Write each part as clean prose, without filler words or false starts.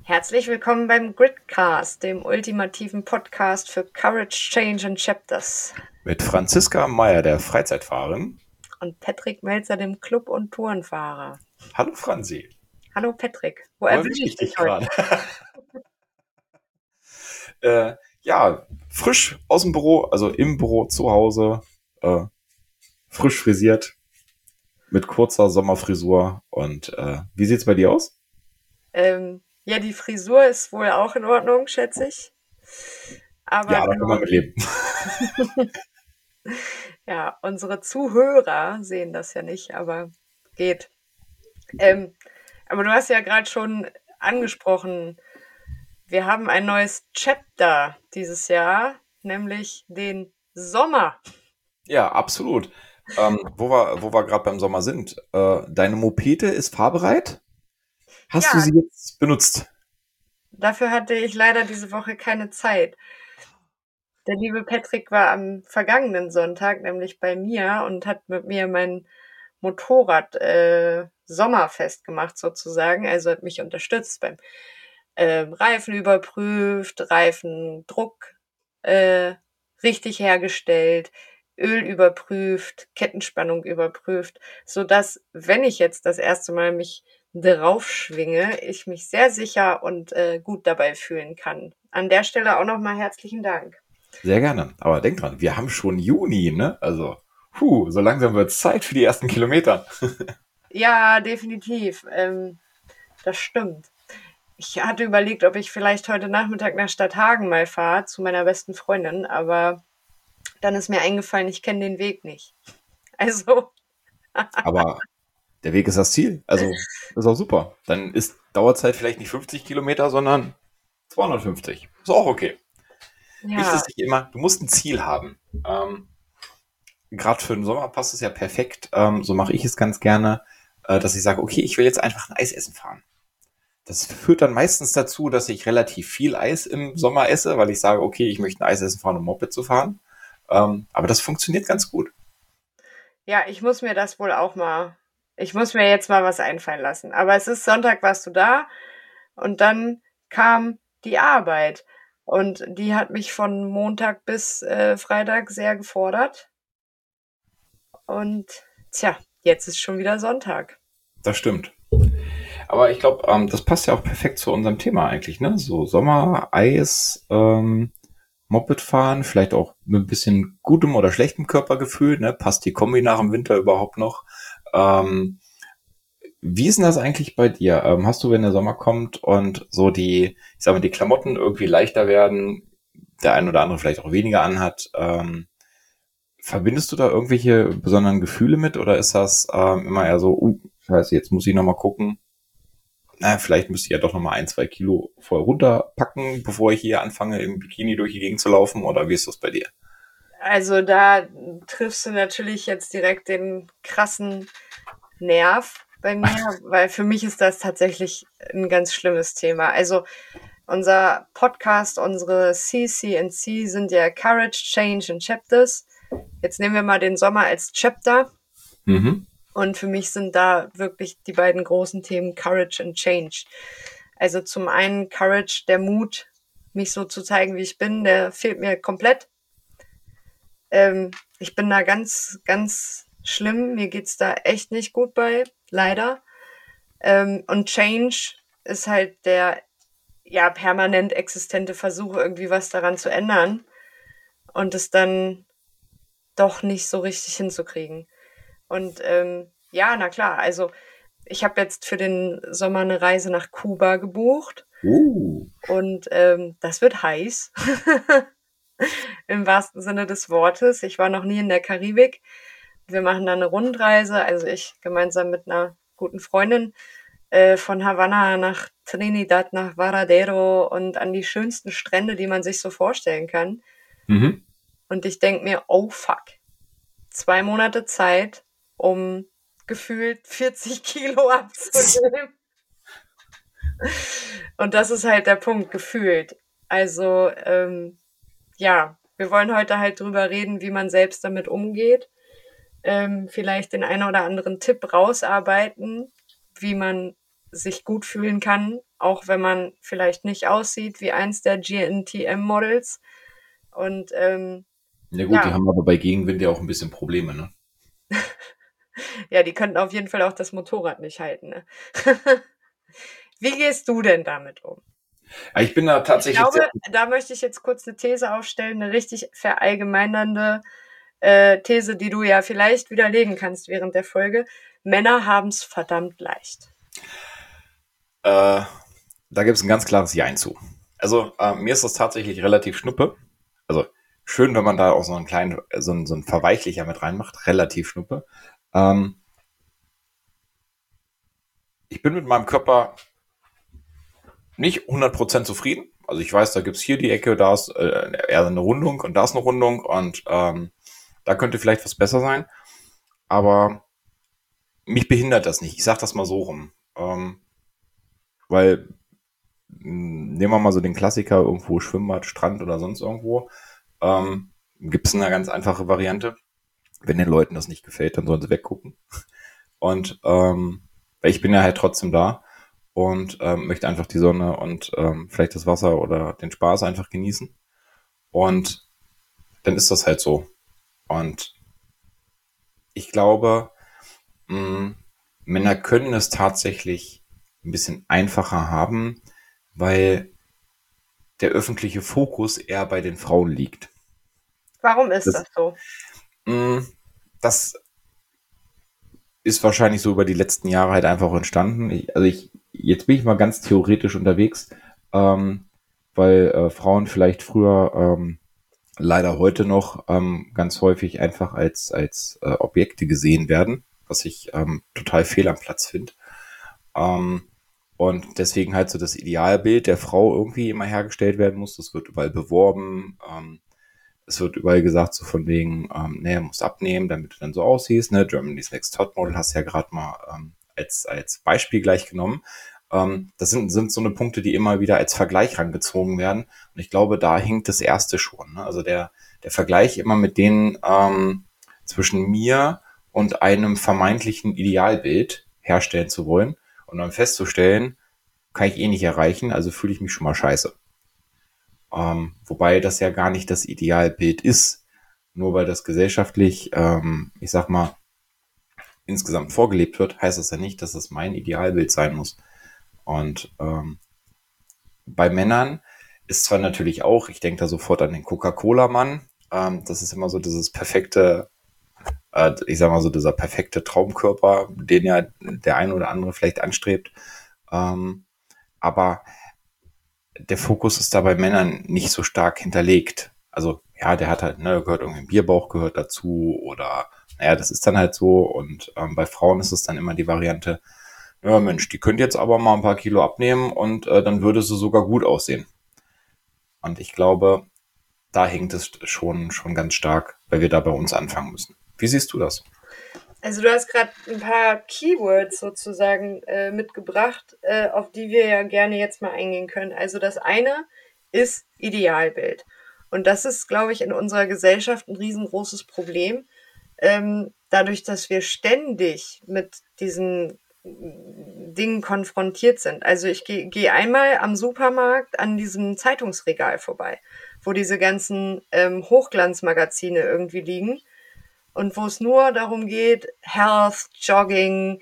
Herzlich willkommen beim Gridcast, dem ultimativen Podcast für Courage, Change and Chapters. Mit Franziska Meyer, der Freizeitfahrerin. Und Patrick Melzer, dem Club- und Tourenfahrer. Hallo Franzi. Hallo Patrick, wo Wo erwische ich dich heute? Ja, frisch aus dem Büro, also im Büro zu Hause, frisch frisiert, mit kurzer Sommerfrisur. Und wie sieht's bei dir aus? Ja, die Frisur ist wohl auch in Ordnung, schätze ich. Aber Ja, da kann man mit leben. ja, unsere Zuhörer sehen das ja nicht, aber geht. Aber du hast ja gerade schon angesprochen, wir haben ein neues Chapter dieses Jahr, nämlich den Sommer. Ja, absolut. Wo wir gerade beim Sommer sind. Deine Mopete ist fahrbereit? Hast du Ja, sie jetzt benutzt? dafür hatte ich leider diese Woche keine Zeit. Der liebe Patrick war am vergangenen Sonntag nämlich bei mir und hat mit mir mein Motorrad sommerfest gemacht sozusagen. Also hat mich unterstützt beim Reifen überprüft, Reifendruck äh, richtig hergestellt, Öl überprüft, Kettenspannung überprüft, sodass, wenn ich jetzt das erste Mal mich drauf schwinge, ich mich sehr sicher und gut dabei fühlen kann. An der Stelle auch nochmal herzlichen Dank. Sehr gerne. Aber denk dran, wir haben schon Juni, ne? Also, so langsam wird es Zeit für die ersten Kilometer. Ja, definitiv. Das stimmt. Ich hatte überlegt, ob ich vielleicht heute Nachmittag nach Stadthagen mal fahre zu meiner besten Freundin, aber dann ist mir eingefallen, ich kenne den Weg nicht. Also, Aber der Weg ist das Ziel. Also, ist auch super. Dann ist Dauerzeit vielleicht nicht 50 Kilometer, sondern 250. Ist auch okay. Wichtig ja, ist sich immer, du musst ein Ziel haben. Gerade für den Sommer passt es ja perfekt. So mache ich es ganz gerne, dass ich sage, okay, ich will jetzt einfach ein Eis essen fahren. Das führt dann meistens dazu, dass ich relativ viel Eis im Sommer esse, weil ich sage, okay, ich möchte ein Eis essen fahren, um Moped zu fahren. Aber das funktioniert ganz gut. ja, ich muss mir jetzt mal was einfallen lassen. Aber es ist Sonntag, warst du da und dann kam die Arbeit und die hat mich von Montag bis Freitag sehr gefordert und tja, jetzt ist schon wieder Sonntag. Das stimmt. Aber ich glaube, das passt ja auch perfekt zu unserem Thema eigentlich, ne? So Sommer, Eis, Moped fahren, vielleicht auch mit ein bisschen gutem oder schlechtem Körpergefühl, ne? Passt die Kombi nach dem Winter überhaupt noch? Ähm, Wie ist denn das eigentlich bei dir? Hast du, wenn der Sommer kommt und so die, ich sag mal, die Klamotten irgendwie leichter werden, der ein oder andere vielleicht auch weniger anhat, verbindest du da irgendwelche besonderen Gefühle mit oder ist das immer eher so, scheiße, jetzt muss ich nochmal gucken, na, vielleicht müsste ich ja doch nochmal 1, 2 Kilo voll runterpacken, bevor ich hier anfange, im Bikini durch die Gegend zu laufen, oder wie ist das bei dir? Also da triffst du natürlich jetzt direkt den krassen Nerv bei mir, weil für mich ist das tatsächlich ein ganz schlimmes Thema. Also unser Podcast, unsere CC&C sind ja Courage, Change and Chapters. Jetzt nehmen wir mal den Sommer als Chapter. Mhm. Und für mich sind da wirklich die beiden großen Themen Courage und Change. Also zum einen Courage, der Mut, mich so zu zeigen, wie ich bin, der fehlt mir komplett. Ich bin da ganz, ganz schlimm. Mir geht's da echt nicht gut bei, leider. Und Change ist halt der ja permanent existente Versuch, irgendwie was daran zu ändern und es dann doch nicht so richtig hinzukriegen. Und ja, na klar, also ich habe jetzt für den Sommer eine Reise nach Kuba gebucht Uh. und das wird heiß. Im wahrsten Sinne des Wortes. Ich war noch nie in der Karibik. Wir machen da eine Rundreise, also ich gemeinsam mit einer guten Freundin von Havanna nach Trinidad, nach Varadero und an die schönsten Strände, die man sich so vorstellen kann. Mhm. Und ich denke mir, oh fuck, 2 Monate Zeit, um gefühlt 40 Kilo abzunehmen. Und das ist halt der Punkt, gefühlt. Also, ja, wir wollen heute halt drüber reden, wie man selbst damit umgeht. Vielleicht den einen oder anderen Tipp rausarbeiten, wie man sich gut fühlen kann auch wenn man vielleicht nicht aussieht wie eins der GNTM-Models. Und Ja gut, die ja, haben aber bei Gegenwind ja auch ein bisschen Probleme, ne? ja, die könnten auf jeden Fall auch das Motorrad nicht halten. Ne? Wie gehst du denn damit um? Aber ich bin da Ich tatsächlich sehr, glaube, da möchte ich jetzt kurz eine These aufstellen, eine richtig verallgemeinernde These, die du ja vielleicht widerlegen kannst während der Folge. Männer haben es verdammt leicht. da gibt es ein ganz klares Jein zu. Also mir ist das tatsächlich relativ schnuppe. Also schön, wenn man da auch so einen kleinen, so einen Verweichlicher mit reinmacht, relativ schnuppe. Ähm, ich bin mit meinem Körper nicht 100% zufrieden. Also ich weiß, da gibt's hier die Ecke, da ist eher eine Rundung und da ist eine Rundung und da könnte vielleicht was besser sein. Aber mich behindert das nicht. Ich sag das mal so rum. Weil, nehmen wir mal so den Klassiker, irgendwo Schwimmbad, Strand oder sonst irgendwo. Gibt es eine ganz einfache Variante. Wenn den Leuten das nicht gefällt, dann sollen sie weggucken. Und weil ich bin ja halt trotzdem da und möchte einfach die Sonne und vielleicht das Wasser oder den Spaß einfach genießen. Und dann ist das halt so. Und ich glaube, mh, Männer können es tatsächlich ein bisschen einfacher haben, weil der öffentliche Fokus eher bei den Frauen liegt. Warum ist Das, das so? mh, das ist wahrscheinlich so über die letzten Jahre halt einfach entstanden. Jetzt bin ich mal ganz theoretisch unterwegs, ähm, weil Frauen vielleicht früher, leider heute noch, ganz häufig einfach als Objekte gesehen werden, was ich total fehl am Platz finde. Ähm, und deswegen halt so das Idealbild der Frau irgendwie immer hergestellt werden muss. Das wird überall beworben. Es wird überall gesagt, so von wegen, ne, musst abnehmen, damit du dann so aussiehst. Ne? Germany's Next Topmodel hast du ja gerade mal als Beispiel gleich genommen. Das sind so eine Punkte, die immer wieder als Vergleich rangezogen werden. Und ich glaube, da hinkt das erste schon. Ne? Also der Vergleich immer mit denen zwischen mir und einem vermeintlichen Idealbild herstellen zu wollen und dann festzustellen, kann ich eh nicht erreichen, also fühle ich mich schon mal scheiße. Wobei das ja gar nicht das Idealbild ist. Nur weil das gesellschaftlich, ich sag mal, insgesamt vorgelebt wird, heißt das ja nicht, dass das mein Idealbild sein muss. Und bei Männern ist zwar natürlich auch, ich denke da sofort an den Coca-Cola-Mann, das ist immer so dieses perfekte, ich sag mal so dieser perfekte Traumkörper, den ja der eine oder andere vielleicht anstrebt. Ähm, aber der Fokus ist da bei Männern nicht so stark hinterlegt. Also ja, der hat halt, ne, gehört irgendwie ein Bierbauch gehört dazu oder naja, das ist dann halt so. Und bei Frauen ist es dann immer die Variante, ja Mensch, die könnte jetzt aber mal ein paar Kilo abnehmen und dann würde sie sogar gut aussehen. Und ich glaube, da hängt es schon ganz stark, weil wir da bei uns anfangen müssen. Wie siehst du das? Also du hast gerade ein paar Keywords sozusagen mitgebracht, auf die wir ja gerne jetzt mal eingehen können. Also das eine ist Idealbild. Und das ist, glaube ich, in unserer Gesellschaft ein riesengroßes Problem. Dadurch, dass wir ständig mit diesen Dingen konfrontiert sind. Also ich geh einmal am Supermarkt an diesem Zeitungsregal vorbei, wo diese ganzen Hochglanzmagazine irgendwie liegen und wo es nur darum geht, Health, Jogging,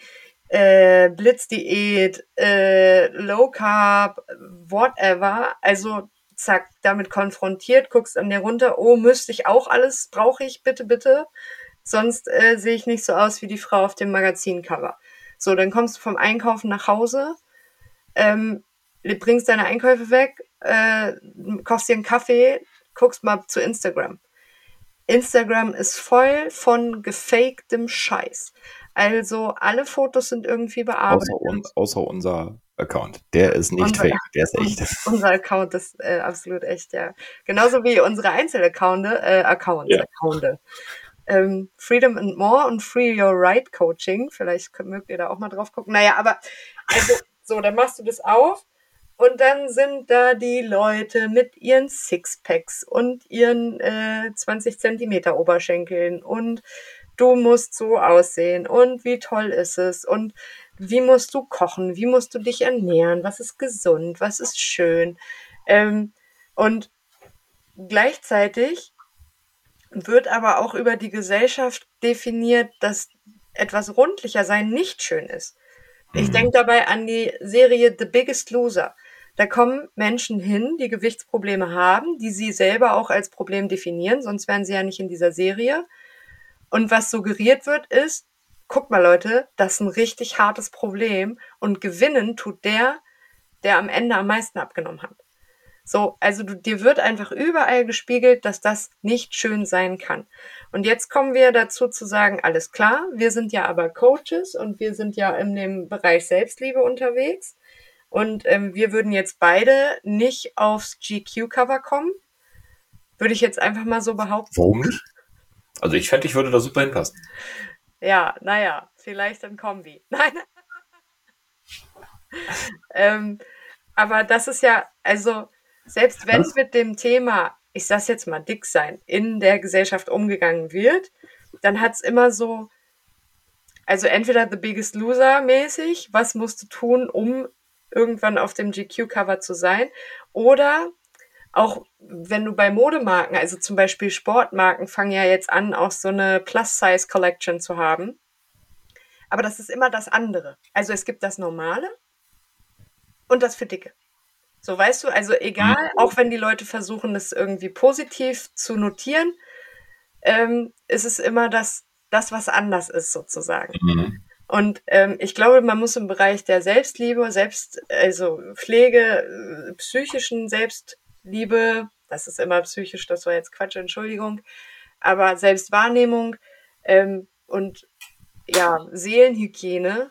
Blitzdiät, Low Carb, whatever. Also zack, damit konfrontiert, guckst an dir runter, oh, müsste ich auch alles, brauche ich, bitte, bitte. Sonst sehe ich nicht so aus wie die Frau auf dem Magazincover. So, dann kommst du vom Einkaufen nach Hause, ähm, bringst deine Einkäufe weg, kochst dir einen Kaffee, guckst mal zu Instagram. Instagram ist voll von gefaktem Scheiß. Also alle Fotos sind irgendwie bearbeitet. Außer unser Account. Der ist nicht Unser, fake, der ist echt. unser Account ist absolut echt, ja. Genauso wie unsere Einzelaccounte, Ja. Accounte. Freedom and More und Free Your Right Coaching. Vielleicht mögt ihr da auch mal drauf gucken. Naja, aber also so, dann machst du das auf und dann sind da die Leute mit ihren Sixpacks und ihren 20 Zentimeter Oberschenkeln und du musst so aussehen und wie toll ist es und wie musst du kochen, wie musst du dich ernähren, was ist gesund, was ist schön. Und gleichzeitig wird aber auch über die Gesellschaft definiert, dass etwas rundlicher sein nicht schön ist. Ich denke dabei an die Serie The Biggest Loser. Da kommen Menschen hin, die Gewichtsprobleme haben, die sie selber auch als Problem definieren, sonst wären sie ja nicht in dieser Serie. Und was suggeriert wird, ist, guck mal Leute, das ist ein richtig hartes Problem und gewinnen tut der, der am Ende am meisten abgenommen hat. So, also dir wird einfach überall gespiegelt, dass das nicht schön sein kann. Und jetzt kommen wir dazu zu sagen, alles klar, wir sind ja aber Coaches und wir sind ja in dem Bereich Selbstliebe unterwegs. Und wir würden jetzt beide nicht aufs GQ-Cover kommen. Würde ich jetzt einfach mal so behaupten. Warum nicht? Also ich fände, ich würde da super hinpassen. Ja, naja, vielleicht ein Kombi. Nein. Aber das ist ja, also selbst wenn mit dem Thema, ich sag's jetzt mal, dick sein, in der Gesellschaft umgegangen wird, dann hat's immer so, also entweder The Biggest Loser mäßig, was musst du tun, um irgendwann auf dem GQ-Cover zu sein, oder auch wenn du bei Modemarken, also zum Beispiel Sportmarken, fangen ja jetzt an, auch so eine Plus-Size-Collection zu haben. Aber das ist immer das andere. Also es gibt das Normale und das für Dicke. So, weißt du, also egal, auch wenn die Leute versuchen, das irgendwie positiv zu notieren, ist es immer das, was anders ist, sozusagen. Und ich glaube, man muss im Bereich der Selbstliebe, also Pflege, psychischen Selbstliebe, das ist immer psychisch, das war jetzt Quatsch, Entschuldigung, aber Selbstwahrnehmung und ja, Seelenhygiene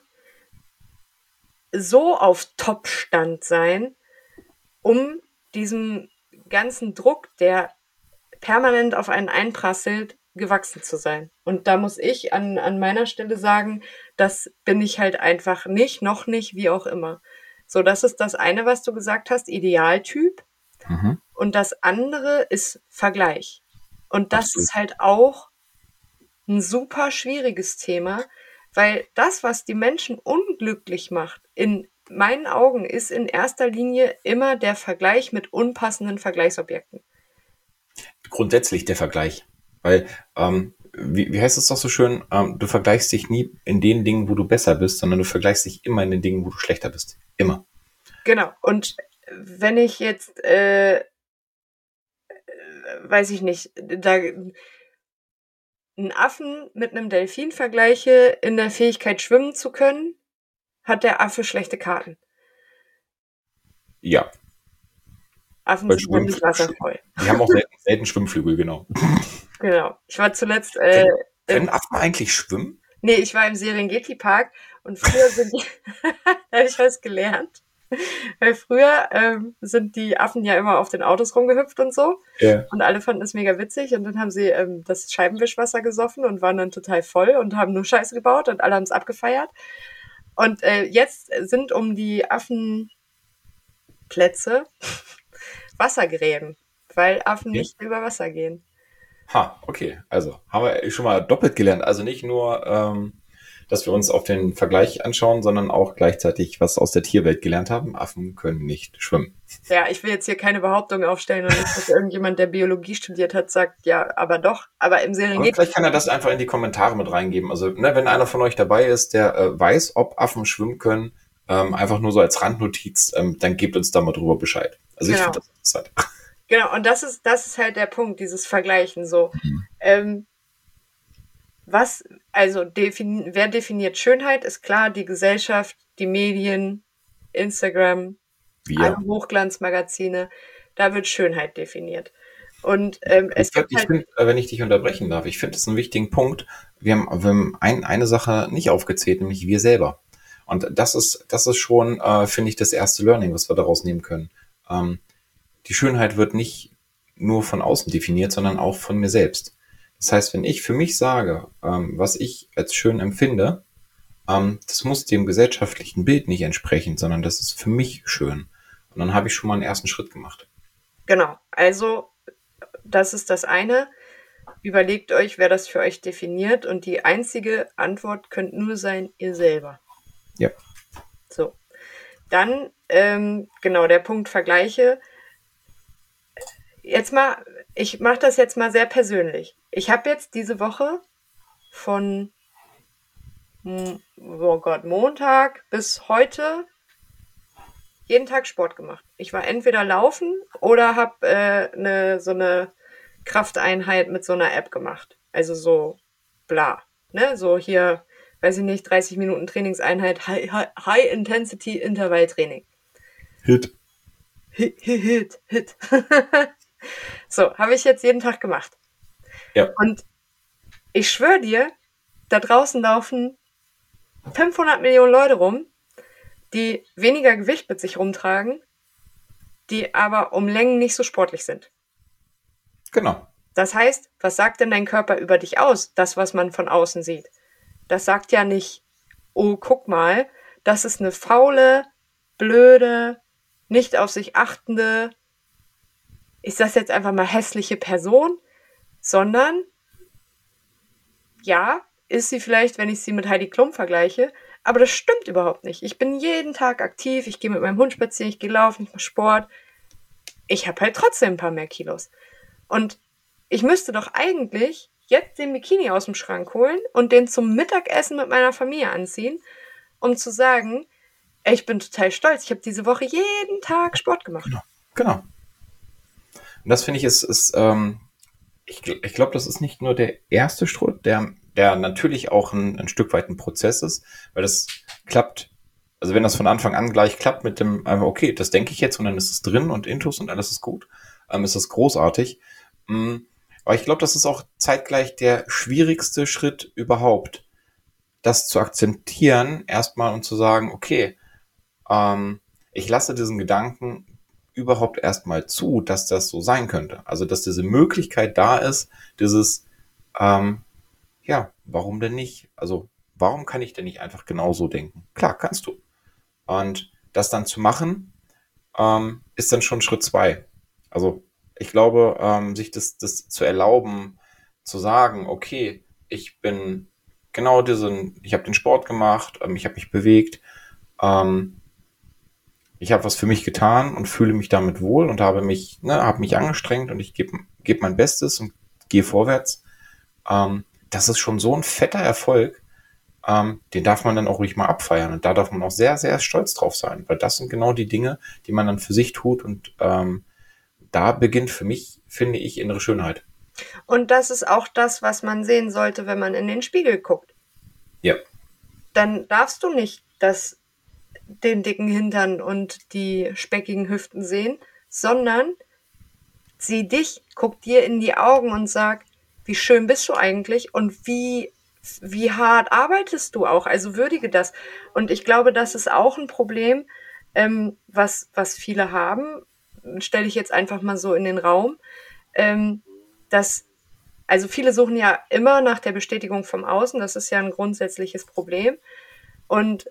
so auf Top-Stand sein, um diesem ganzen Druck, der permanent auf einen einprasselt, gewachsen zu sein. Und da muss ich an meiner Stelle sagen, das bin ich halt einfach nicht, noch nicht, wie auch immer. So, das ist das eine, was du gesagt hast, Idealtyp. Und das andere ist Vergleich. Und das ist halt auch ein super schwieriges Thema, weil das, was die Menschen unglücklich macht, in meinen Augen, ist in erster Linie immer der Vergleich mit unpassenden Vergleichsobjekten. Grundsätzlich der Vergleich. Weil, wie heißt es doch so schön, du vergleichst dich nie in den Dingen, wo du besser bist, sondern du vergleichst dich immer in den Dingen, wo du schlechter bist. Immer. Genau. Und wenn ich jetzt, weiß ich nicht, da einen Affen mit einem Delfin vergleiche in der Fähigkeit, schwimmen zu können, hat der Affe schlechte Karten. Ja. Affen sind nämlich wasservoll. Die haben auch selten Schwimmflügel, genau. Genau. Ich war zuletzt... Können Affen eigentlich schwimmen? Nee, ich war im Serengeti-Park und früher sind die... da habe ich was gelernt. Weil früher sind die Affen ja immer auf den Autos rumgehüpft und so. Ja. Und alle fanden es mega witzig. Und dann haben sie das Scheibenwischwasser gesoffen und waren dann total voll und haben nur Scheiße gebaut und alle haben es abgefeiert. Und jetzt sind um die Affenplätze Wassergräben, weil Affen nicht über Wasser gehen. Ha, okay. Also haben wir schon mal doppelt gelernt. Also nicht nur, dass wir uns auf den Vergleich anschauen, sondern auch gleichzeitig was aus der Tierwelt gelernt haben. Affen können nicht schwimmen. Ja, ich will jetzt hier keine Behauptung aufstellen und nicht, dass irgendjemand, der Biologie studiert hat, sagt, ja, aber doch. Aber im Serengeti... Vielleicht kann er das einfach in die Kommentare mit reingeben. Also, ne, wenn einer von euch dabei ist, der weiß, ob Affen schwimmen können, einfach nur so als Randnotiz, dann gebt uns da mal drüber Bescheid. Also ich finde das interessant. Genau, und das ist halt der Punkt, dieses Vergleichen so. Wer definiert Schönheit? Ist klar, die Gesellschaft, die Medien, Instagram, alle Hochglanzmagazine, da wird Schönheit definiert. Und es gibt ich finde, wenn ich dich unterbrechen darf, ich finde es einen wichtigen Punkt. Wir haben eine Sache nicht aufgezählt, nämlich wir selber. Und das ist schon, finde ich, das erste Learning, was wir daraus nehmen können. Die Schönheit wird nicht nur von außen definiert, sondern auch von mir selbst. Das heißt, wenn ich für mich sage, was ich als schön empfinde, das muss dem gesellschaftlichen Bild nicht entsprechen, sondern das ist für mich schön. Und dann habe ich schon mal einen ersten Schritt gemacht. Genau, also das ist das eine. Überlegt euch, wer das für euch definiert und die einzige Antwort könnt nur sein, ihr selber. Ja. So. Dann, genau, der Punkt Vergleiche. Jetzt mal, ich mache das jetzt mal sehr persönlich. Ich habe jetzt diese Woche von, oh Gott, Montag bis heute jeden Tag Sport gemacht. Ich war entweder laufen oder habe so eine Krafteinheit mit so einer App gemacht. Also so bla. Ne? So hier, weiß ich nicht, 30 Minuten Trainingseinheit, High Intensity Intervalltraining. Hit. Hit. So, habe ich jetzt jeden Tag gemacht. Ja. Und ich schwöre dir, da draußen laufen 500 Millionen Leute rum, die weniger Gewicht mit sich rumtragen, die aber um Längen nicht so sportlich sind. Genau. Das heißt, was sagt denn dein Körper über dich aus? Das, was man von außen sieht. Das sagt ja nicht, oh, guck mal, das ist eine faule, blöde, nicht auf sich achtende, ich sag's jetzt einfach mal hässliche Person, sondern ja, ist sie vielleicht, wenn ich sie mit Heidi Klum vergleiche, aber das stimmt überhaupt nicht. Ich bin jeden Tag aktiv, ich gehe mit meinem Hund spazieren, ich gehe laufen, ich mache Sport. Ich habe halt trotzdem ein paar mehr Kilos. Und ich müsste doch eigentlich jetzt den Bikini aus dem Schrank holen und den zum Mittagessen mit meiner Familie anziehen, um zu sagen, ey, ich bin total stolz. Ich habe diese Woche jeden Tag Sport gemacht. Genau. Und das finde ich ich glaube, das ist nicht nur der erste Schritt, der natürlich auch ein Stück weit ein Prozess ist, weil das klappt, also wenn das von Anfang an gleich klappt mit dem, einfach, okay, das denke ich jetzt und dann ist es drin und Intus und alles ist gut, ist das großartig. Aber ich glaube, das ist auch zeitgleich der schwierigste Schritt überhaupt, das zu akzeptieren, erstmal und zu sagen, okay, ich lasse diesen Gedanken überhaupt erstmal zu, dass das so sein könnte. Also, dass diese Möglichkeit da ist, dieses, ja, warum denn nicht? Also, warum kann ich denn nicht einfach genauso denken? Klar, kannst du. Und das dann zu machen, ist dann schon Schritt 2. Also, ich glaube, sich das zu erlauben, zu sagen, okay, ich bin ich habe den Sport gemacht, ich habe mich bewegt, ähm, ich habe was für mich getan und fühle mich damit wohl und habe mich angestrengt und ich geb mein Bestes und gehe vorwärts. Das ist schon so ein fetter Erfolg, den darf man dann auch ruhig mal abfeiern und da darf man auch sehr, sehr stolz drauf sein, weil das sind genau die Dinge, die man dann für sich tut und da beginnt für mich, finde ich, innere Schönheit. Und das ist auch das, was man sehen sollte, wenn man in den Spiegel guckt. Ja. Dann darfst du nicht den dicken Hintern und die speckigen Hüften sehen, sondern sieh dich, guck dir in die Augen und sag, wie schön bist du eigentlich und wie hart arbeitest du auch? Also würdige das. Und ich glaube, das ist auch ein Problem, was viele haben, stelle ich jetzt einfach mal so in den Raum, dass, also viele suchen ja immer nach der Bestätigung vom Außen, das ist ja ein grundsätzliches Problem und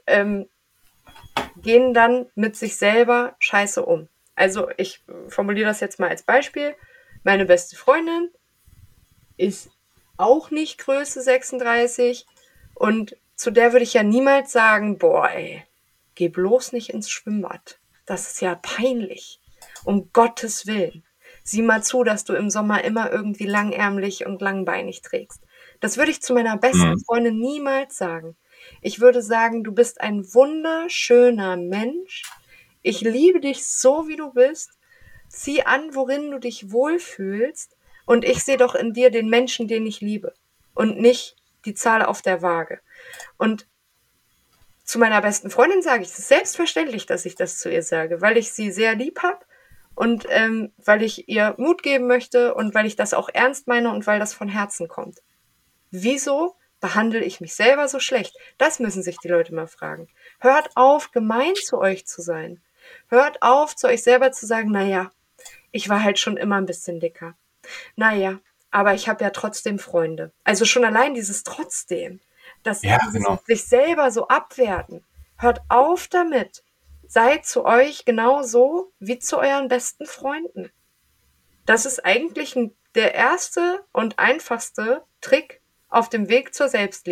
gehen dann mit sich selber scheiße um. Also ich formuliere das jetzt mal als Beispiel. Meine beste Freundin ist auch nicht Größe 36 und zu der würde ich ja niemals sagen, boah, ey, geh bloß nicht ins Schwimmbad. Das ist ja peinlich. Um Gottes Willen. Sieh mal zu, dass du im Sommer immer irgendwie langärmlich und langbeinig trägst. Das würde ich zu meiner besten Freundin niemals sagen. Ich würde sagen, du bist ein wunderschöner Mensch. Ich liebe dich so, wie du bist. Zieh an, worin du dich wohlfühlst. Und ich sehe doch in dir den Menschen, den ich liebe. Und nicht die Zahl auf der Waage. Und zu meiner besten Freundin sage ich, es ist selbstverständlich, dass ich das zu ihr sage, weil ich sie sehr lieb habe und weil ich ihr Mut geben möchte und weil ich das auch ernst meine und weil das von Herzen kommt. Wieso behandle ich mich selber so schlecht? Das müssen sich die Leute mal fragen. Hört auf, gemein zu euch zu sein. Hört auf, zu euch selber zu sagen, naja, ich war halt schon immer ein bisschen dicker. Naja, aber ich habe ja trotzdem Freunde. Also schon allein dieses trotzdem, Ja, dieses genau. sich selber so abwerten. Hört auf damit. Seid zu euch genauso wie zu euren besten Freunden. Das ist eigentlich der erste und einfachste Trick auf dem Weg zur Selbstliebe.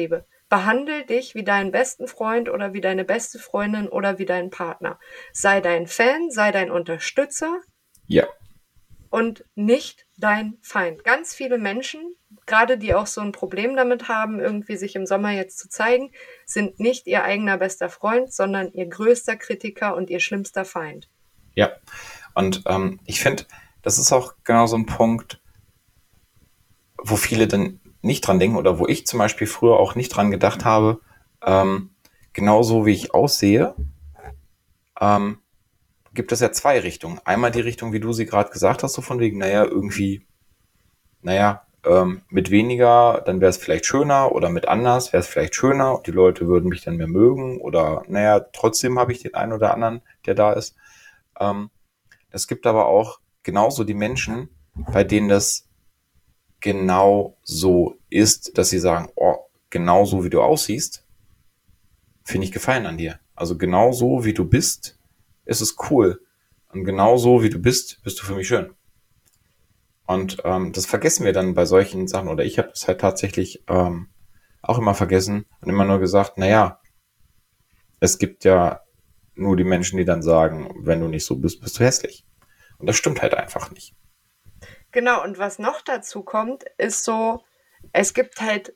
behandle dich wie deinen besten Freund oder wie deine beste Freundin oder wie dein Partner. Sei dein Fan, sei dein Unterstützer. Ja. Und nicht dein Feind. Ganz viele Menschen, gerade die auch so ein Problem damit haben, irgendwie sich im Sommer jetzt zu zeigen, sind nicht ihr eigener bester Freund, sondern ihr größter Kritiker und ihr schlimmster Feind. Ja. Und ich finde, das ist auch genau so ein Punkt, wo viele dann nicht dran denken oder wo ich zum Beispiel früher auch nicht dran gedacht habe, genauso wie ich aussehe, gibt es ja zwei Richtungen. Einmal die Richtung, wie du sie gerade gesagt hast, so von wegen, mit weniger, dann wäre es vielleicht schöner oder mit anders wäre es vielleicht schöner und die Leute würden mich dann mehr mögen oder trotzdem habe ich den einen oder anderen, der da ist. Es gibt aber auch genauso die Menschen, bei denen das genau so ist, dass sie sagen, oh, genau so wie du aussiehst, finde ich Gefallen an dir. Also genau so wie du bist, ist es cool. Und genau so wie du bist, bist du für mich schön. Und das vergessen wir dann bei solchen Sachen, oder ich habe das halt tatsächlich auch immer vergessen und immer nur gesagt, es gibt ja nur die Menschen, die dann sagen, wenn du nicht so bist, bist du hässlich. Und das stimmt halt einfach nicht. Genau, und was noch dazu kommt, ist so, es gibt halt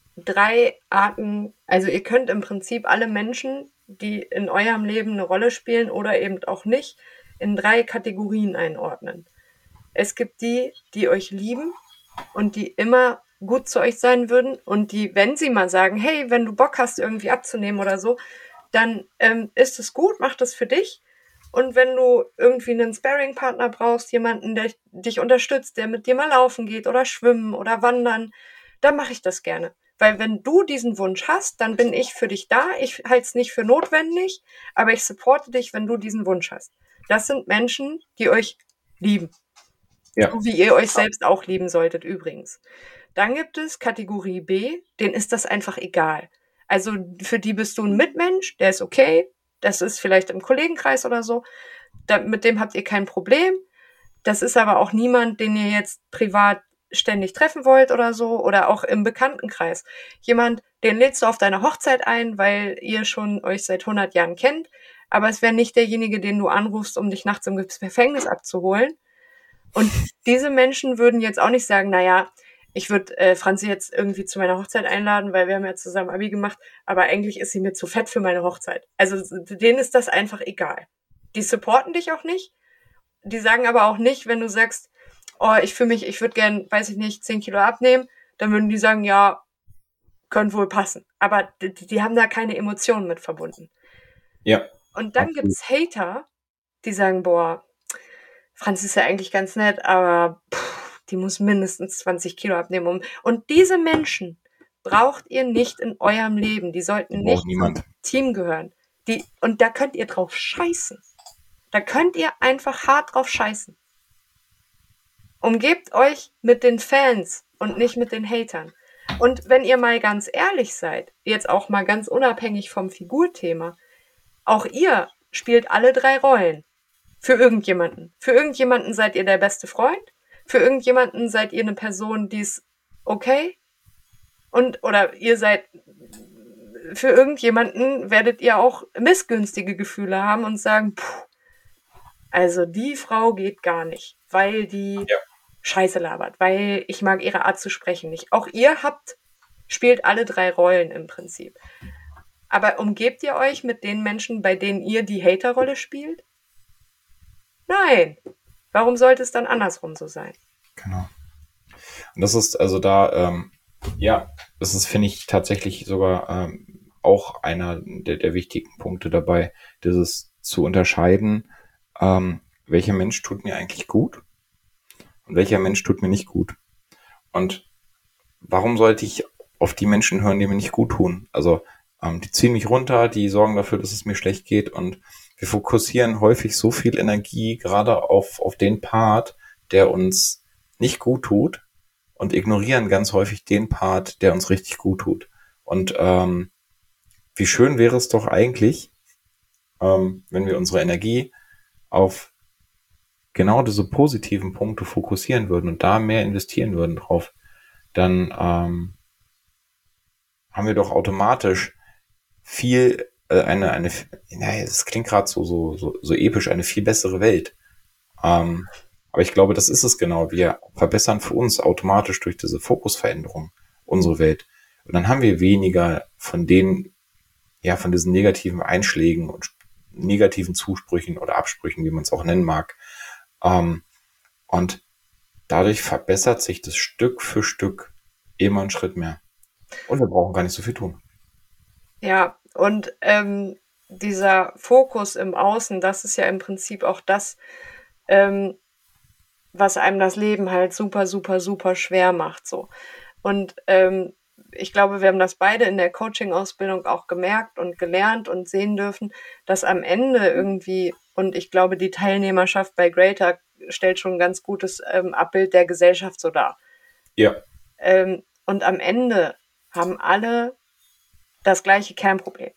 3 Arten, also ihr könnt im Prinzip alle Menschen, die in eurem Leben eine Rolle spielen oder eben auch nicht, in 3 Kategorien einordnen. Es gibt die, die euch lieben und die immer gut zu euch sein würden und die, wenn sie mal sagen, hey, wenn du Bock hast, irgendwie abzunehmen oder so, dann ist es gut, mach das für dich. Und wenn du irgendwie einen Sparring-Partner brauchst, jemanden, der dich unterstützt, der mit dir mal laufen geht oder schwimmen oder wandern, dann mache ich das gerne. Weil wenn du diesen Wunsch hast, dann bin ich für dich da. Ich halte es nicht für notwendig, aber ich supporte dich, wenn du diesen Wunsch hast. Das sind Menschen, die euch lieben. Ja. So wie ihr euch selbst auch lieben solltet übrigens. Dann gibt es Kategorie B, denen ist das einfach egal. Also für die bist du ein Mitmensch, der ist okay, das ist vielleicht im Kollegenkreis oder so, mit dem habt ihr kein Problem. Das ist aber auch niemand, den ihr jetzt privat ständig treffen wollt oder so oder auch im Bekanntenkreis. Jemand, den lädst du auf deine Hochzeit ein, weil ihr schon euch seit 100 Jahren kennt, aber es wäre nicht derjenige, den du anrufst, um dich nachts im Gefängnis abzuholen. Und diese Menschen würden jetzt auch nicht sagen, naja, ich würde Franzi jetzt irgendwie zu meiner Hochzeit einladen, weil wir haben ja zusammen Abi gemacht, aber eigentlich ist sie mir zu fett für meine Hochzeit. Also denen ist das einfach egal. Die supporten dich auch nicht. Die sagen aber auch nicht, wenn du sagst, oh, ich würde gern, weiß ich nicht, 10 Kilo abnehmen, dann würden die sagen, ja, könnte wohl passen. Aber die haben da keine Emotionen mit verbunden. Ja. Und dann gibt's Hater, die sagen, boah, Franzi ist ja eigentlich ganz nett, aber die muss mindestens 20 Kilo abnehmen. Und diese Menschen braucht ihr nicht in eurem Leben. Die sollten nicht zum Team gehören. Und da könnt ihr drauf scheißen. Da könnt ihr einfach hart drauf scheißen. Umgebt euch mit den Fans und nicht mit den Hatern. Und wenn ihr mal ganz ehrlich seid, jetzt auch mal ganz unabhängig vom Figurthema, auch ihr spielt alle 3 Rollen. Für irgendjemanden. Für irgendjemanden seid ihr der beste Freund. Für irgendjemanden seid ihr eine Person, die ist okay. Oder ihr seid, für irgendjemanden werdet ihr auch missgünstige Gefühle haben und sagen, also die Frau geht gar nicht, weil die Scheiße labert, weil ich mag ihre Art zu sprechen nicht. Auch ihr spielt alle 3 Rollen im Prinzip. Aber umgebt ihr euch mit den Menschen, bei denen ihr die Haterrolle spielt? Nein. Warum sollte es dann andersrum so sein? Genau. Und das ist also da, das ist, finde ich, tatsächlich sogar auch einer der wichtigen Punkte dabei, dieses zu unterscheiden, welcher Mensch tut mir eigentlich gut und welcher Mensch tut mir nicht gut. Und warum sollte ich auf die Menschen hören, die mir nicht gut tun? Also die ziehen mich runter, die sorgen dafür, dass es mir schlecht geht und wir fokussieren häufig so viel Energie gerade auf den Part, der uns nicht gut tut und ignorieren ganz häufig den Part, der uns richtig gut tut. Und wie schön wäre es doch eigentlich, wenn wir unsere Energie auf genau diese positiven Punkte fokussieren würden und da mehr investieren würden drauf, dann haben wir doch automatisch viel, es klingt gerade so episch, eine viel bessere Welt. Aber ich glaube, das ist es genau. Wir verbessern für uns automatisch durch diese Fokusveränderung unsere Welt. Und dann haben wir weniger von von diesen negativen Einschlägen und negativen Zusprüchen oder Absprüchen, wie man es auch nennen mag. Und dadurch verbessert sich das Stück für Stück immer einen Schritt mehr. Und wir brauchen gar nicht so viel tun. Ja, und dieser Fokus im Außen, das ist ja im Prinzip auch das, ähm, was einem das Leben halt super, super, super schwer macht, so. Und ich glaube, wir haben das beide in der Coaching-Ausbildung auch gemerkt und gelernt und sehen dürfen, dass am Ende irgendwie, und ich glaube, die Teilnehmerschaft bei Greater stellt schon ein ganz gutes Abbild der Gesellschaft so dar. Ja. Und am Ende haben alle das gleiche Kernproblem.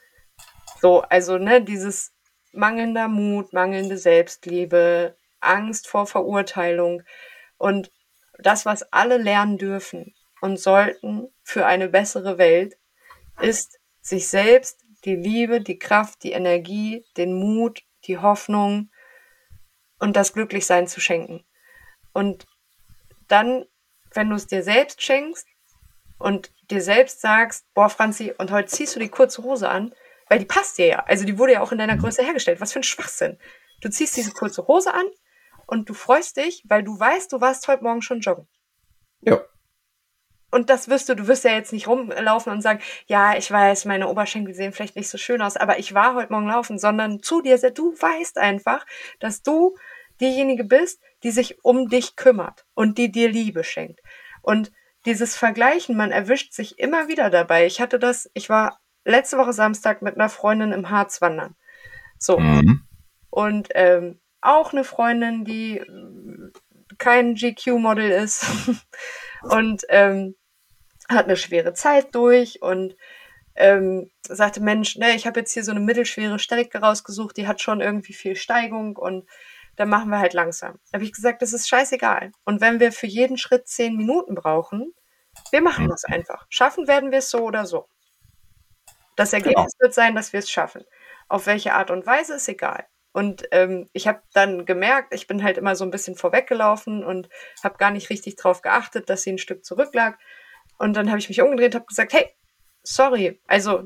So, also, ne, dieses mangelnder Mut, mangelnde Selbstliebe, Angst vor Verurteilung und das, was alle lernen dürfen und sollten für eine bessere Welt, ist sich selbst die Liebe, die Kraft, die Energie, den Mut, die Hoffnung und das Glücklichsein zu schenken. Und dann, wenn du es dir selbst schenkst und dir selbst sagst, boah, Franzi, und heute ziehst du die kurze Hose an, weil die passt dir ja. Also die wurde ja auch in deiner Größe hergestellt. Was für ein Schwachsinn. Du ziehst diese kurze Hose an und du freust dich, weil du weißt, du warst heute Morgen schon joggen. Ja. Und das du wirst ja jetzt nicht rumlaufen und sagen, ja, ich weiß, meine Oberschenkel sehen vielleicht nicht so schön aus, aber ich war heute Morgen laufen, sondern zu dir, du weißt einfach, dass du diejenige bist, die sich um dich kümmert und die dir Liebe schenkt. Und dieses Vergleichen, man erwischt sich immer wieder dabei. Ich war letzte Woche Samstag mit einer Freundin im Harz wandern. So. Mhm. Und auch eine Freundin, die kein GQ-Model ist und hat eine schwere Zeit durch und sagte, Mensch, ne, ich habe jetzt hier so eine mittelschwere Strecke rausgesucht, die hat schon irgendwie viel Steigung und dann machen wir halt langsam. Da habe ich gesagt, das ist scheißegal. Und wenn wir für jeden Schritt 10 Minuten brauchen, wir machen das einfach. Schaffen werden wir es so oder so. Das Ergebnis wird sein, dass wir es schaffen. Auf welche Art und Weise ist egal. Und ich habe dann gemerkt, ich bin halt immer so ein bisschen vorweggelaufen und habe gar nicht richtig drauf geachtet, dass sie ein Stück zurücklag. Und dann habe ich mich umgedreht, habe gesagt, hey, sorry, also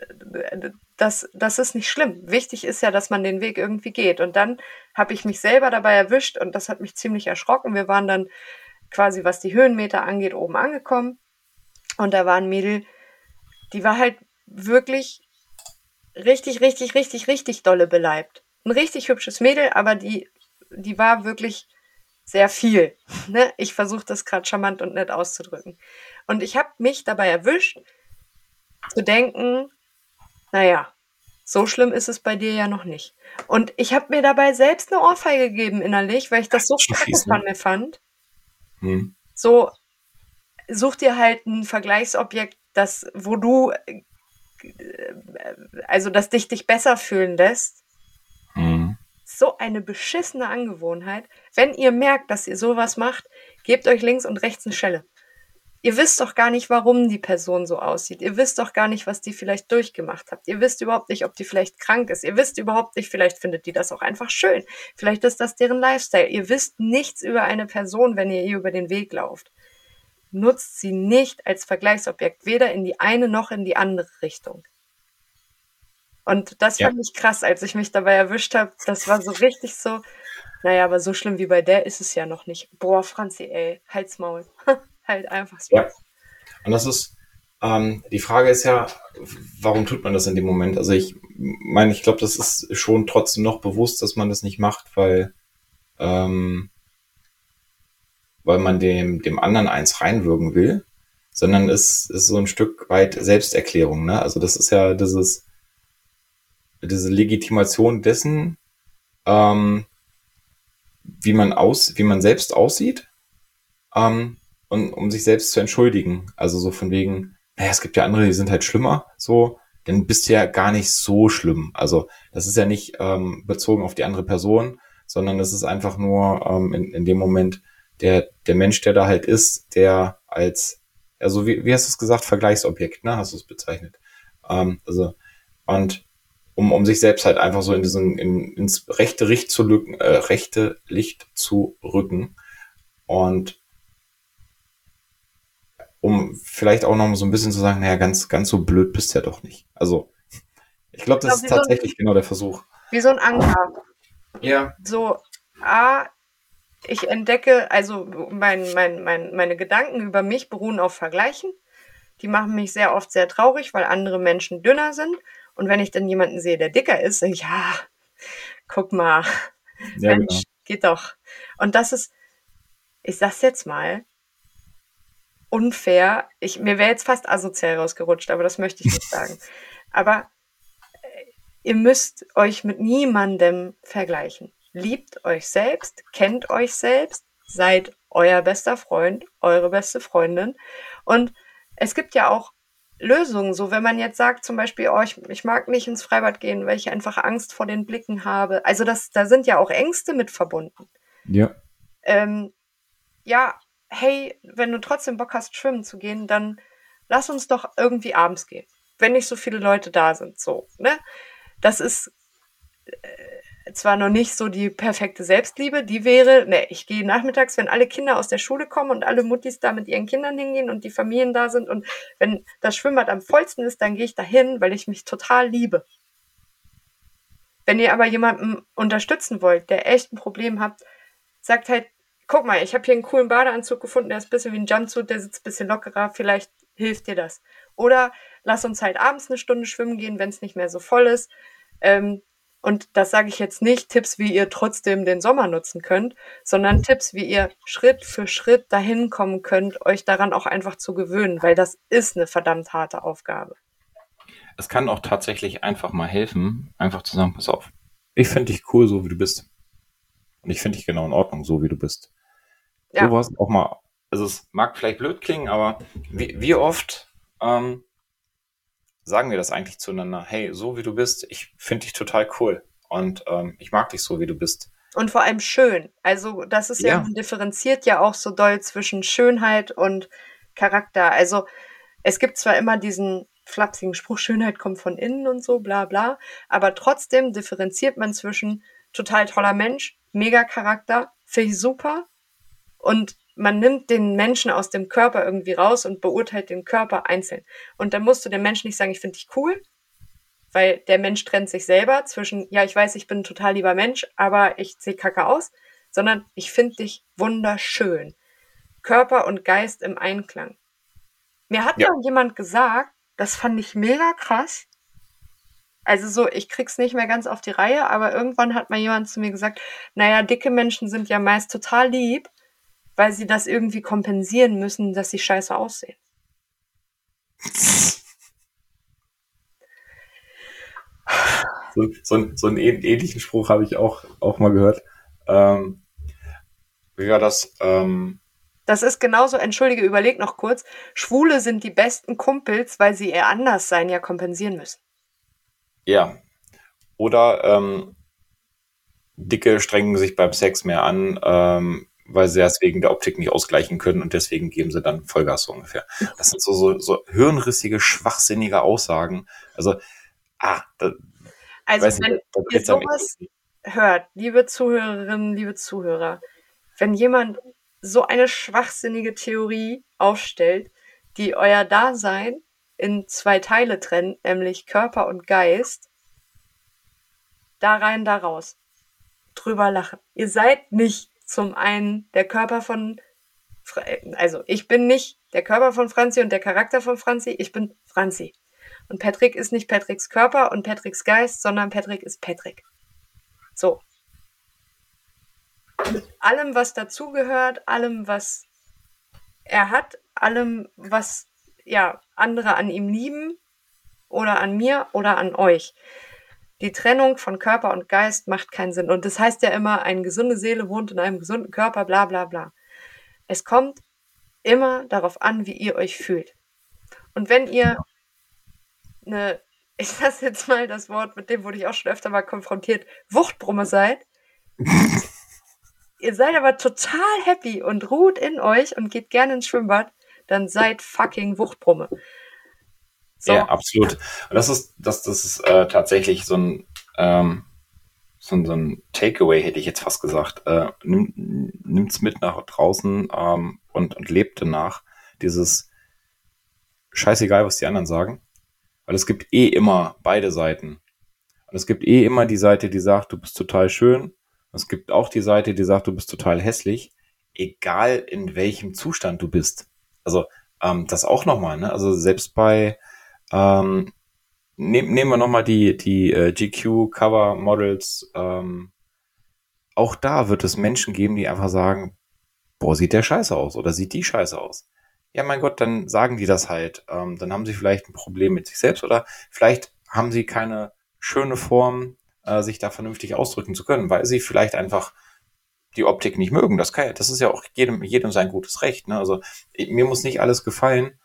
das ist nicht schlimm. Wichtig ist ja, dass man den Weg irgendwie geht. Und dann habe ich mich selber dabei erwischt und das hat mich ziemlich erschrocken. Wir waren dann quasi, was die Höhenmeter angeht, oben angekommen. Und da war ein Mädel, die war halt wirklich richtig, richtig, richtig, richtig dolle beleibt. Ein richtig hübsches Mädel, aber die war wirklich sehr viel. Ne? Ich versuche das gerade charmant und nett auszudrücken. Und ich habe mich dabei erwischt, zu denken, naja, so schlimm ist es bei dir ja noch nicht. Und ich habe mir dabei selbst eine Ohrfeige gegeben innerlich, weil ich das so kacke von mir fand. Mhm. So, such dir halt ein Vergleichsobjekt, das dich besser fühlen lässt. Mhm. So eine beschissene Angewohnheit. Wenn ihr merkt, dass ihr sowas macht, gebt euch links und rechts eine Schelle. Ihr wisst doch gar nicht, warum die Person so aussieht. Ihr wisst doch gar nicht, was die vielleicht durchgemacht hat. Ihr wisst überhaupt nicht, ob die vielleicht krank ist. Ihr wisst überhaupt nicht, vielleicht findet die das auch einfach schön. Vielleicht ist das deren Lifestyle. Ihr wisst nichts über eine Person, wenn ihr ihr über den Weg lauft. Nutzt sie nicht als Vergleichsobjekt, weder in die eine noch in die andere Richtung. Und das fand ich krass, als ich mich dabei erwischt habe. Das war so richtig so, naja, aber so schlimm wie bei der ist es ja noch nicht. Boah, Franzi, ey, halt's Maul. Halt einfach so. Ja. Und das ist, die Frage ist ja, warum tut man das in dem Moment? Also ich meine, ich glaube, das ist schon trotzdem noch bewusst, dass man das nicht macht, weil man dem anderen eins reinwürgen will, sondern es ist so ein Stück weit Selbsterklärung, ne? Also das ist ja diese Legitimation dessen, wie man selbst aussieht, und um sich selbst zu entschuldigen. Also so von wegen, naja, es gibt ja andere, die sind halt schlimmer, so, dann bist du ja gar nicht so schlimm. Also das ist ja nicht bezogen auf die andere Person, sondern es ist einfach nur in dem Moment der Mensch, der da halt ist, der als also wie hast du es gesagt, Vergleichsobjekt, ne, hast du es bezeichnet. Also, und um sich selbst halt einfach so ins rechte Licht zu rücken und um vielleicht auch noch mal so ein bisschen zu sagen, naja, ganz so blöd bist du ja doch nicht. Also, ich glaube, Ich das glaube, ist tatsächlich genau der Versuch. wie so ein Anker. Ja. So, ich entdecke, also meine Gedanken über mich beruhen auf Vergleichen. Die machen mich sehr oft sehr traurig, weil andere Menschen dünner sind. Und wenn ich dann jemanden sehe, der dicker ist, sage ich, ja, guck mal, Ja, genau. Mensch, geht doch. Und das ist, ich sag's jetzt mal, unfair. Mir wäre jetzt fast asozial rausgerutscht, aber das möchte ich nicht sagen. Aber ihr müsst euch mit niemandem vergleichen. Liebt euch selbst, kennt euch selbst, seid euer bester Freund, eure beste Freundin. Und es gibt ja auch Lösungen, so wenn man jetzt sagt zum Beispiel, oh, ich mag nicht ins Freibad gehen, weil ich einfach Angst vor den Blicken habe. Also da sind ja auch Ängste mit verbunden. Ja. Ja, hey, wenn du trotzdem Bock hast, schwimmen zu gehen, dann lass uns doch irgendwie abends gehen, wenn nicht so viele Leute da sind, so, ne? Das ist zwar noch nicht so die perfekte Selbstliebe, die wäre, ne, ich gehe nachmittags, wenn alle Kinder aus der Schule kommen und alle Muttis da mit ihren Kindern hingehen und die Familien da sind und wenn das Schwimmbad am vollsten ist, dann gehe ich da hin, weil ich mich total liebe. Wenn ihr aber jemanden unterstützen wollt, der echt ein Problem hat, sagt halt, guck mal, ich habe hier einen coolen Badeanzug gefunden, der ist ein bisschen wie ein Jumpsuit, der sitzt ein bisschen lockerer, vielleicht hilft dir das. Oder lass uns halt abends eine Stunde schwimmen gehen, wenn es nicht mehr so voll ist. Und das sage ich jetzt nicht, Tipps, wie ihr trotzdem den Sommer nutzen könnt, sondern Tipps, wie ihr Schritt für Schritt dahin kommen könnt, euch daran auch einfach zu gewöhnen, weil das ist eine verdammt harte Aufgabe. Es kann auch tatsächlich einfach mal helfen, einfach zu sagen, pass auf, ich finde dich cool, so wie du bist. Und ich finde dich genau in Ordnung, so wie du bist. Ja, Sowas auch mal, also es mag vielleicht blöd klingen, aber wie oft sagen wir das eigentlich zueinander? Hey, so wie du bist, ich finde dich total cool und ich mag dich so, wie du bist. und vor allem schön. Also das ist ja, Ja, man differenziert ja auch so doll zwischen Schönheit und Charakter. Also es gibt zwar immer diesen flapsigen Spruch, Schönheit kommt von innen und so, bla bla, aber trotzdem differenziert man zwischen total toller Mensch, mega Charakter, finde ich super, und man nimmt den Menschen aus dem Körper irgendwie raus und beurteilt den Körper einzeln. Und dann musst du dem Menschen nicht sagen, ich finde dich cool, weil der Mensch trennt sich selber zwischen, ja, ich weiß, ich bin ein total lieber Mensch, aber ich sehe kacke aus, sondern ich finde dich wunderschön. Körper und Geist im Einklang. Mir hat ja. mal jemand gesagt, das fand ich mega krass. Also so, ich krieg's nicht mehr ganz auf die Reihe, aber irgendwann hat mal jemand zu mir gesagt, naja, dicke Menschen sind ja meist total lieb, weil sie das irgendwie kompensieren müssen, dass sie scheiße aussehen. So einen ähnlichen Spruch habe ich auch mal gehört. Wie war das? Das ist genauso, entschuldige, überleg noch kurz, Schwule sind die besten Kumpels, weil sie ihr Anderssein ja kompensieren müssen. Ja. Oder Dicke strengen sich beim Sex mehr an, weil sie das wegen der Optik nicht ausgleichen können und deswegen geben sie dann Vollgas so ungefähr. Das sind so hirnrissige, schwachsinnige Aussagen. Also, da Also weiß nicht, wenn da ihr dreht's am sowas hört, liebe Zuhörerinnen, liebe Zuhörer, wenn jemand so eine schwachsinnige Theorie aufstellt, die euer Dasein in zwei Teile trennt, nämlich Körper und Geist, da rein, da raus. Drüber lachen. Ihr seid nicht zum einen der Körper von, also ich bin nicht der Körper von Franzi und der Charakter von Franzi, ich bin Franzi. Und Patrick ist nicht Patricks Körper und Patricks Geist, sondern Patrick ist Patrick. So. Mit allem, was dazugehört, allem, was er hat, allem, was ja andere an ihm lieben oder an mir oder an euch. Die Trennung von Körper und Geist macht keinen Sinn. Und das heißt ja immer, eine gesunde Seele wohnt in einem gesunden Körper, bla bla bla. Es kommt immer darauf an, wie ihr euch fühlt. Und wenn ihr eine, ich sag jetzt mal das Wort, mit dem wurde ich auch schon öfter mal konfrontiert, Wuchtbrumme seid, ihr seid aber total happy und ruht in euch und geht gerne ins Schwimmbad, dann seid fucking Wuchtbrumme. So. Ja, absolut. Und das ist tatsächlich so ein Takeaway, hätte ich jetzt fast gesagt. Nimmt's mit nach draußen und lebt danach. Dieses scheißegal, was die anderen sagen. Weil es gibt immer beide Seiten. Und es gibt immer die Seite, die sagt, du bist total schön. Und es gibt auch die Seite, die sagt, du bist total hässlich. Egal in welchem Zustand du bist. Also das auch nochmal. Ne? Also selbst bei nehmen wir nochmal die GQ-Cover-Models. Auch da wird es Menschen geben, die einfach sagen, boah, sieht der scheiße aus oder sieht die scheiße aus. Ja, mein Gott, dann sagen die das halt. Dann haben sie vielleicht ein Problem mit sich selbst oder vielleicht haben sie keine schöne Form, sich da vernünftig ausdrücken zu können, weil sie vielleicht einfach die Optik nicht mögen. Das ist ja auch jedem sein gutes Recht. Ne? Also mir muss nicht alles gefallen,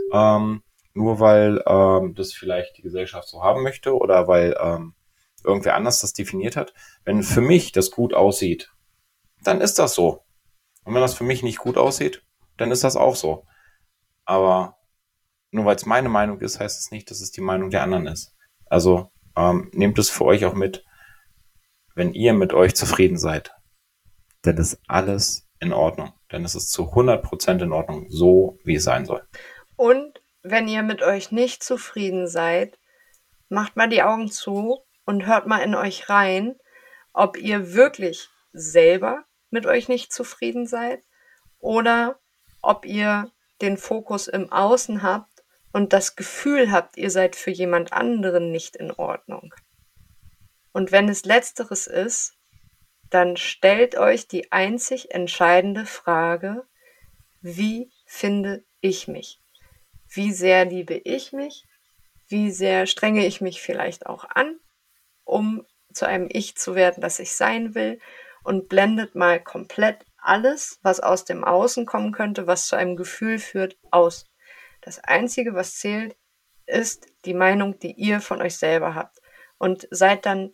nur weil das vielleicht die Gesellschaft so haben möchte oder weil irgendwer anders das definiert hat. Wenn für mich das gut aussieht, dann ist das so. Und wenn das für mich nicht gut aussieht, dann ist das auch so. Aber nur weil es meine Meinung ist, heißt es nicht, dass es die Meinung der anderen ist. Also nehmt es für euch auch mit, wenn ihr mit euch zufrieden seid, dann ist alles in Ordnung. Dann ist es zu 100% in Ordnung, so wie es sein soll. Und wenn ihr mit euch nicht zufrieden seid, macht mal die Augen zu und hört mal in euch rein, ob ihr wirklich selber mit euch nicht zufrieden seid oder ob ihr den Fokus im Außen habt und das Gefühl habt, ihr seid für jemand anderen nicht in Ordnung. Und wenn es Letzteres ist, dann stellt euch die einzig entscheidende Frage, wie finde ich mich? Wie sehr liebe ich mich? Wie sehr strenge ich mich vielleicht auch an, um zu einem Ich zu werden, das ich sein will? Und blendet mal komplett alles, was aus dem Außen kommen könnte, was zu einem Gefühl führt, aus. Das Einzige, was zählt, ist die Meinung, die ihr von euch selber habt. Und seid dann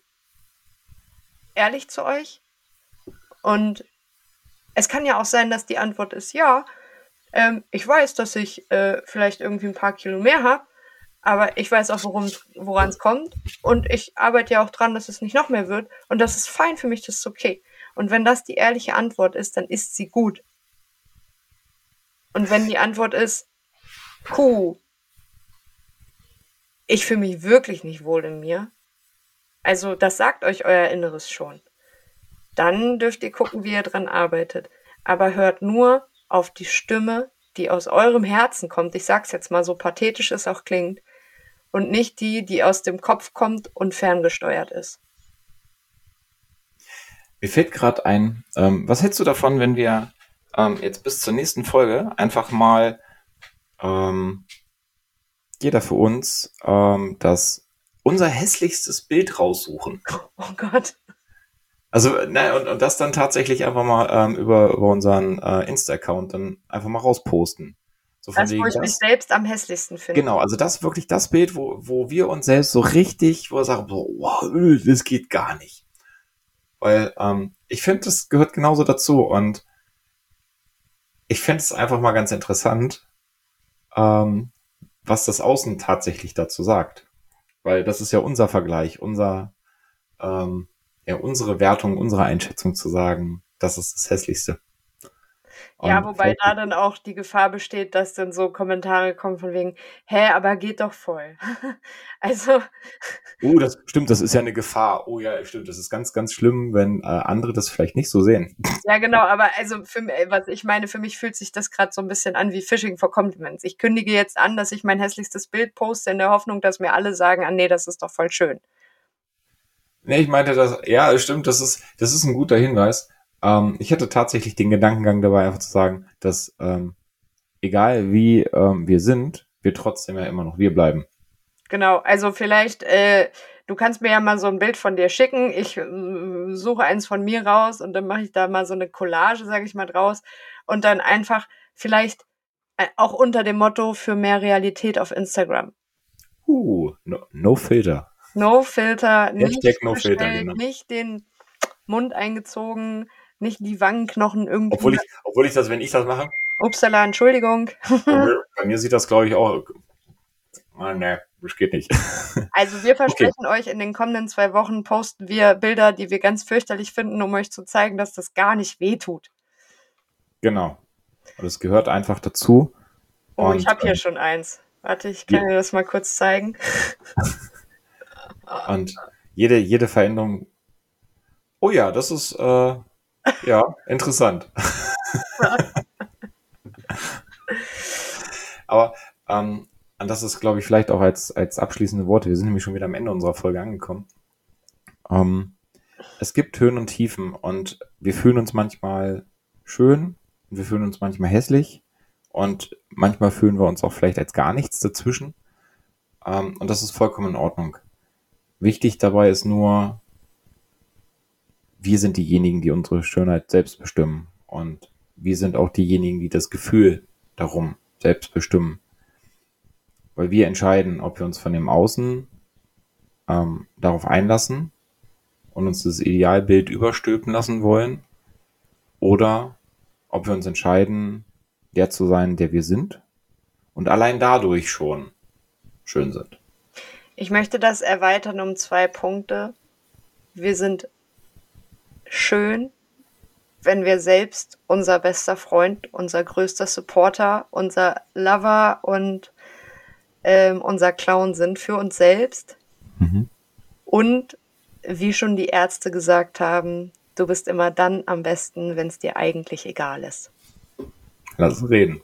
ehrlich zu euch. Und es kann ja auch sein, dass die Antwort ist, ja, ich weiß, dass ich vielleicht irgendwie ein paar Kilo mehr habe, aber ich weiß auch, woran es kommt. Und ich arbeite ja auch dran, dass es nicht noch mehr wird. Und das ist fein für mich, das ist okay. Und wenn das die ehrliche Antwort ist, dann ist sie gut. Und wenn die Antwort ist, ich fühle mich wirklich nicht wohl in mir, also das sagt euch euer Inneres schon, dann dürft ihr gucken, wie ihr dran arbeitet. Aber hört nur auf die Stimme, die aus eurem Herzen kommt. Ich sag's jetzt mal, so pathetisch es auch klingt. Und nicht die, die aus dem Kopf kommt und ferngesteuert ist. Mir fällt gerade ein, was hältst du davon, wenn wir jetzt bis zur nächsten Folge einfach mal jeder für uns unser hässlichstes Bild raussuchen? Oh Gott. Also, und das dann tatsächlich einfach mal über unseren Insta-Account dann einfach mal rausposten. So von Das, wo wegen ich mich selbst am hässlichsten finde. Genau, also das wirklich das Bild, wo wir uns selbst so richtig, wo wir sagen, so, wow, das geht gar nicht. Weil ich finde, das gehört genauso dazu und ich finde es einfach mal ganz interessant, was das Außen tatsächlich dazu sagt. Weil das ist ja unser Vergleich, unsere Wertung, unsere Einschätzung zu sagen, das ist das Hässlichste. Ja, Und wobei da dann auch die Gefahr besteht, dass dann so Kommentare kommen von wegen, aber geht doch voll. Also, das stimmt, das ist ja eine Gefahr. Oh ja, stimmt, das ist ganz, ganz schlimm, wenn andere das vielleicht nicht so sehen. ja genau, aber also was ich meine, für mich fühlt sich das gerade so ein bisschen an wie Phishing for Compliments. Ich kündige jetzt an, dass ich mein hässlichstes Bild poste in der Hoffnung, dass mir alle sagen, nee, das ist doch voll schön. Nee, ich meinte das, ja, stimmt, das ist ein guter Hinweis. Ich hatte tatsächlich den Gedankengang dabei, einfach zu sagen, dass egal wie wir sind, wir trotzdem ja immer noch wir bleiben. Genau, also vielleicht, du kannst mir ja mal so ein Bild von dir schicken. Ich suche eins von mir raus und dann mache ich da mal so eine Collage, sage ich mal, draus. Und dann einfach vielleicht auch unter dem Motto für mehr Realität auf Instagram. No Filter. No Filter, nicht No Filter, gestellt, genau. nicht den Mund eingezogen, nicht die Wangenknochen irgendwie. Obwohl ich das, wenn ich das mache, Upsala, Entschuldigung. Bei mir sieht das, glaube ich, auch. Nee, das geht nicht. Also wir versprechen euch, in den kommenden 2 Wochen posten wir Bilder, die wir ganz fürchterlich finden, um euch zu zeigen, dass das gar nicht wehtut. Genau. Und es gehört einfach dazu. Oh, Und, ich habe hier schon eins. Warte, ich kann dir das mal kurz zeigen. Und jede Veränderung. Oh ja, das ist ja interessant. Aber und das ist, glaube ich, vielleicht auch als abschließende Worte. Wir sind nämlich schon wieder am Ende unserer Folge angekommen. Es gibt Höhen und Tiefen und wir fühlen uns manchmal schön und wir fühlen uns manchmal hässlich und manchmal fühlen wir uns auch vielleicht als gar nichts dazwischen. Und das ist vollkommen in Ordnung. Wichtig dabei ist nur, wir sind diejenigen, die unsere Schönheit selbst bestimmen. Und wir sind auch diejenigen, die das Gefühl darum selbst bestimmen. Weil wir entscheiden, ob wir uns von dem Außen darauf einlassen und uns das Idealbild überstülpen lassen wollen oder ob wir uns entscheiden, der zu sein, der wir sind und allein dadurch schon schön sind. Ich möchte das erweitern um 2 Punkte. Wir sind schön, wenn wir selbst unser bester Freund, unser größter Supporter, unser Lover und unser Clown sind für uns selbst. Und wie schon die Ärzte gesagt haben, du bist immer dann am besten, wenn es dir eigentlich egal ist. Lass uns reden.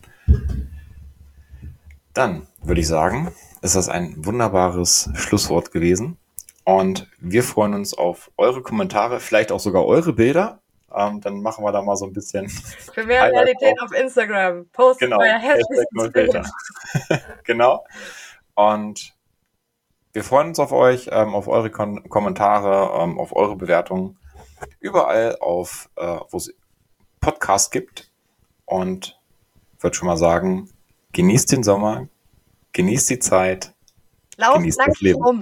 Dann würde ich sagen, ist das ein wunderbares Schlusswort gewesen. Und wir freuen uns auf eure Kommentare, vielleicht auch sogar eure Bilder. Dann machen wir da mal so ein bisschen. Für mehr Realität auf Instagram. Postet Genau, euer hässlichstes Bild. Genau. Und wir freuen uns auf euch, auf eure Kommentare, auf eure Bewertungen. Überall wo es Podcasts gibt. Und würde schon mal sagen, genießt den Sommer, genießt die Zeit. Lauft nackig rum.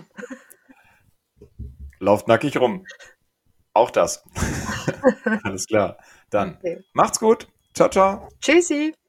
Lauft nackig rum. Auch das. Alles klar. Dann macht's gut. Ciao, ciao. Tschüssi.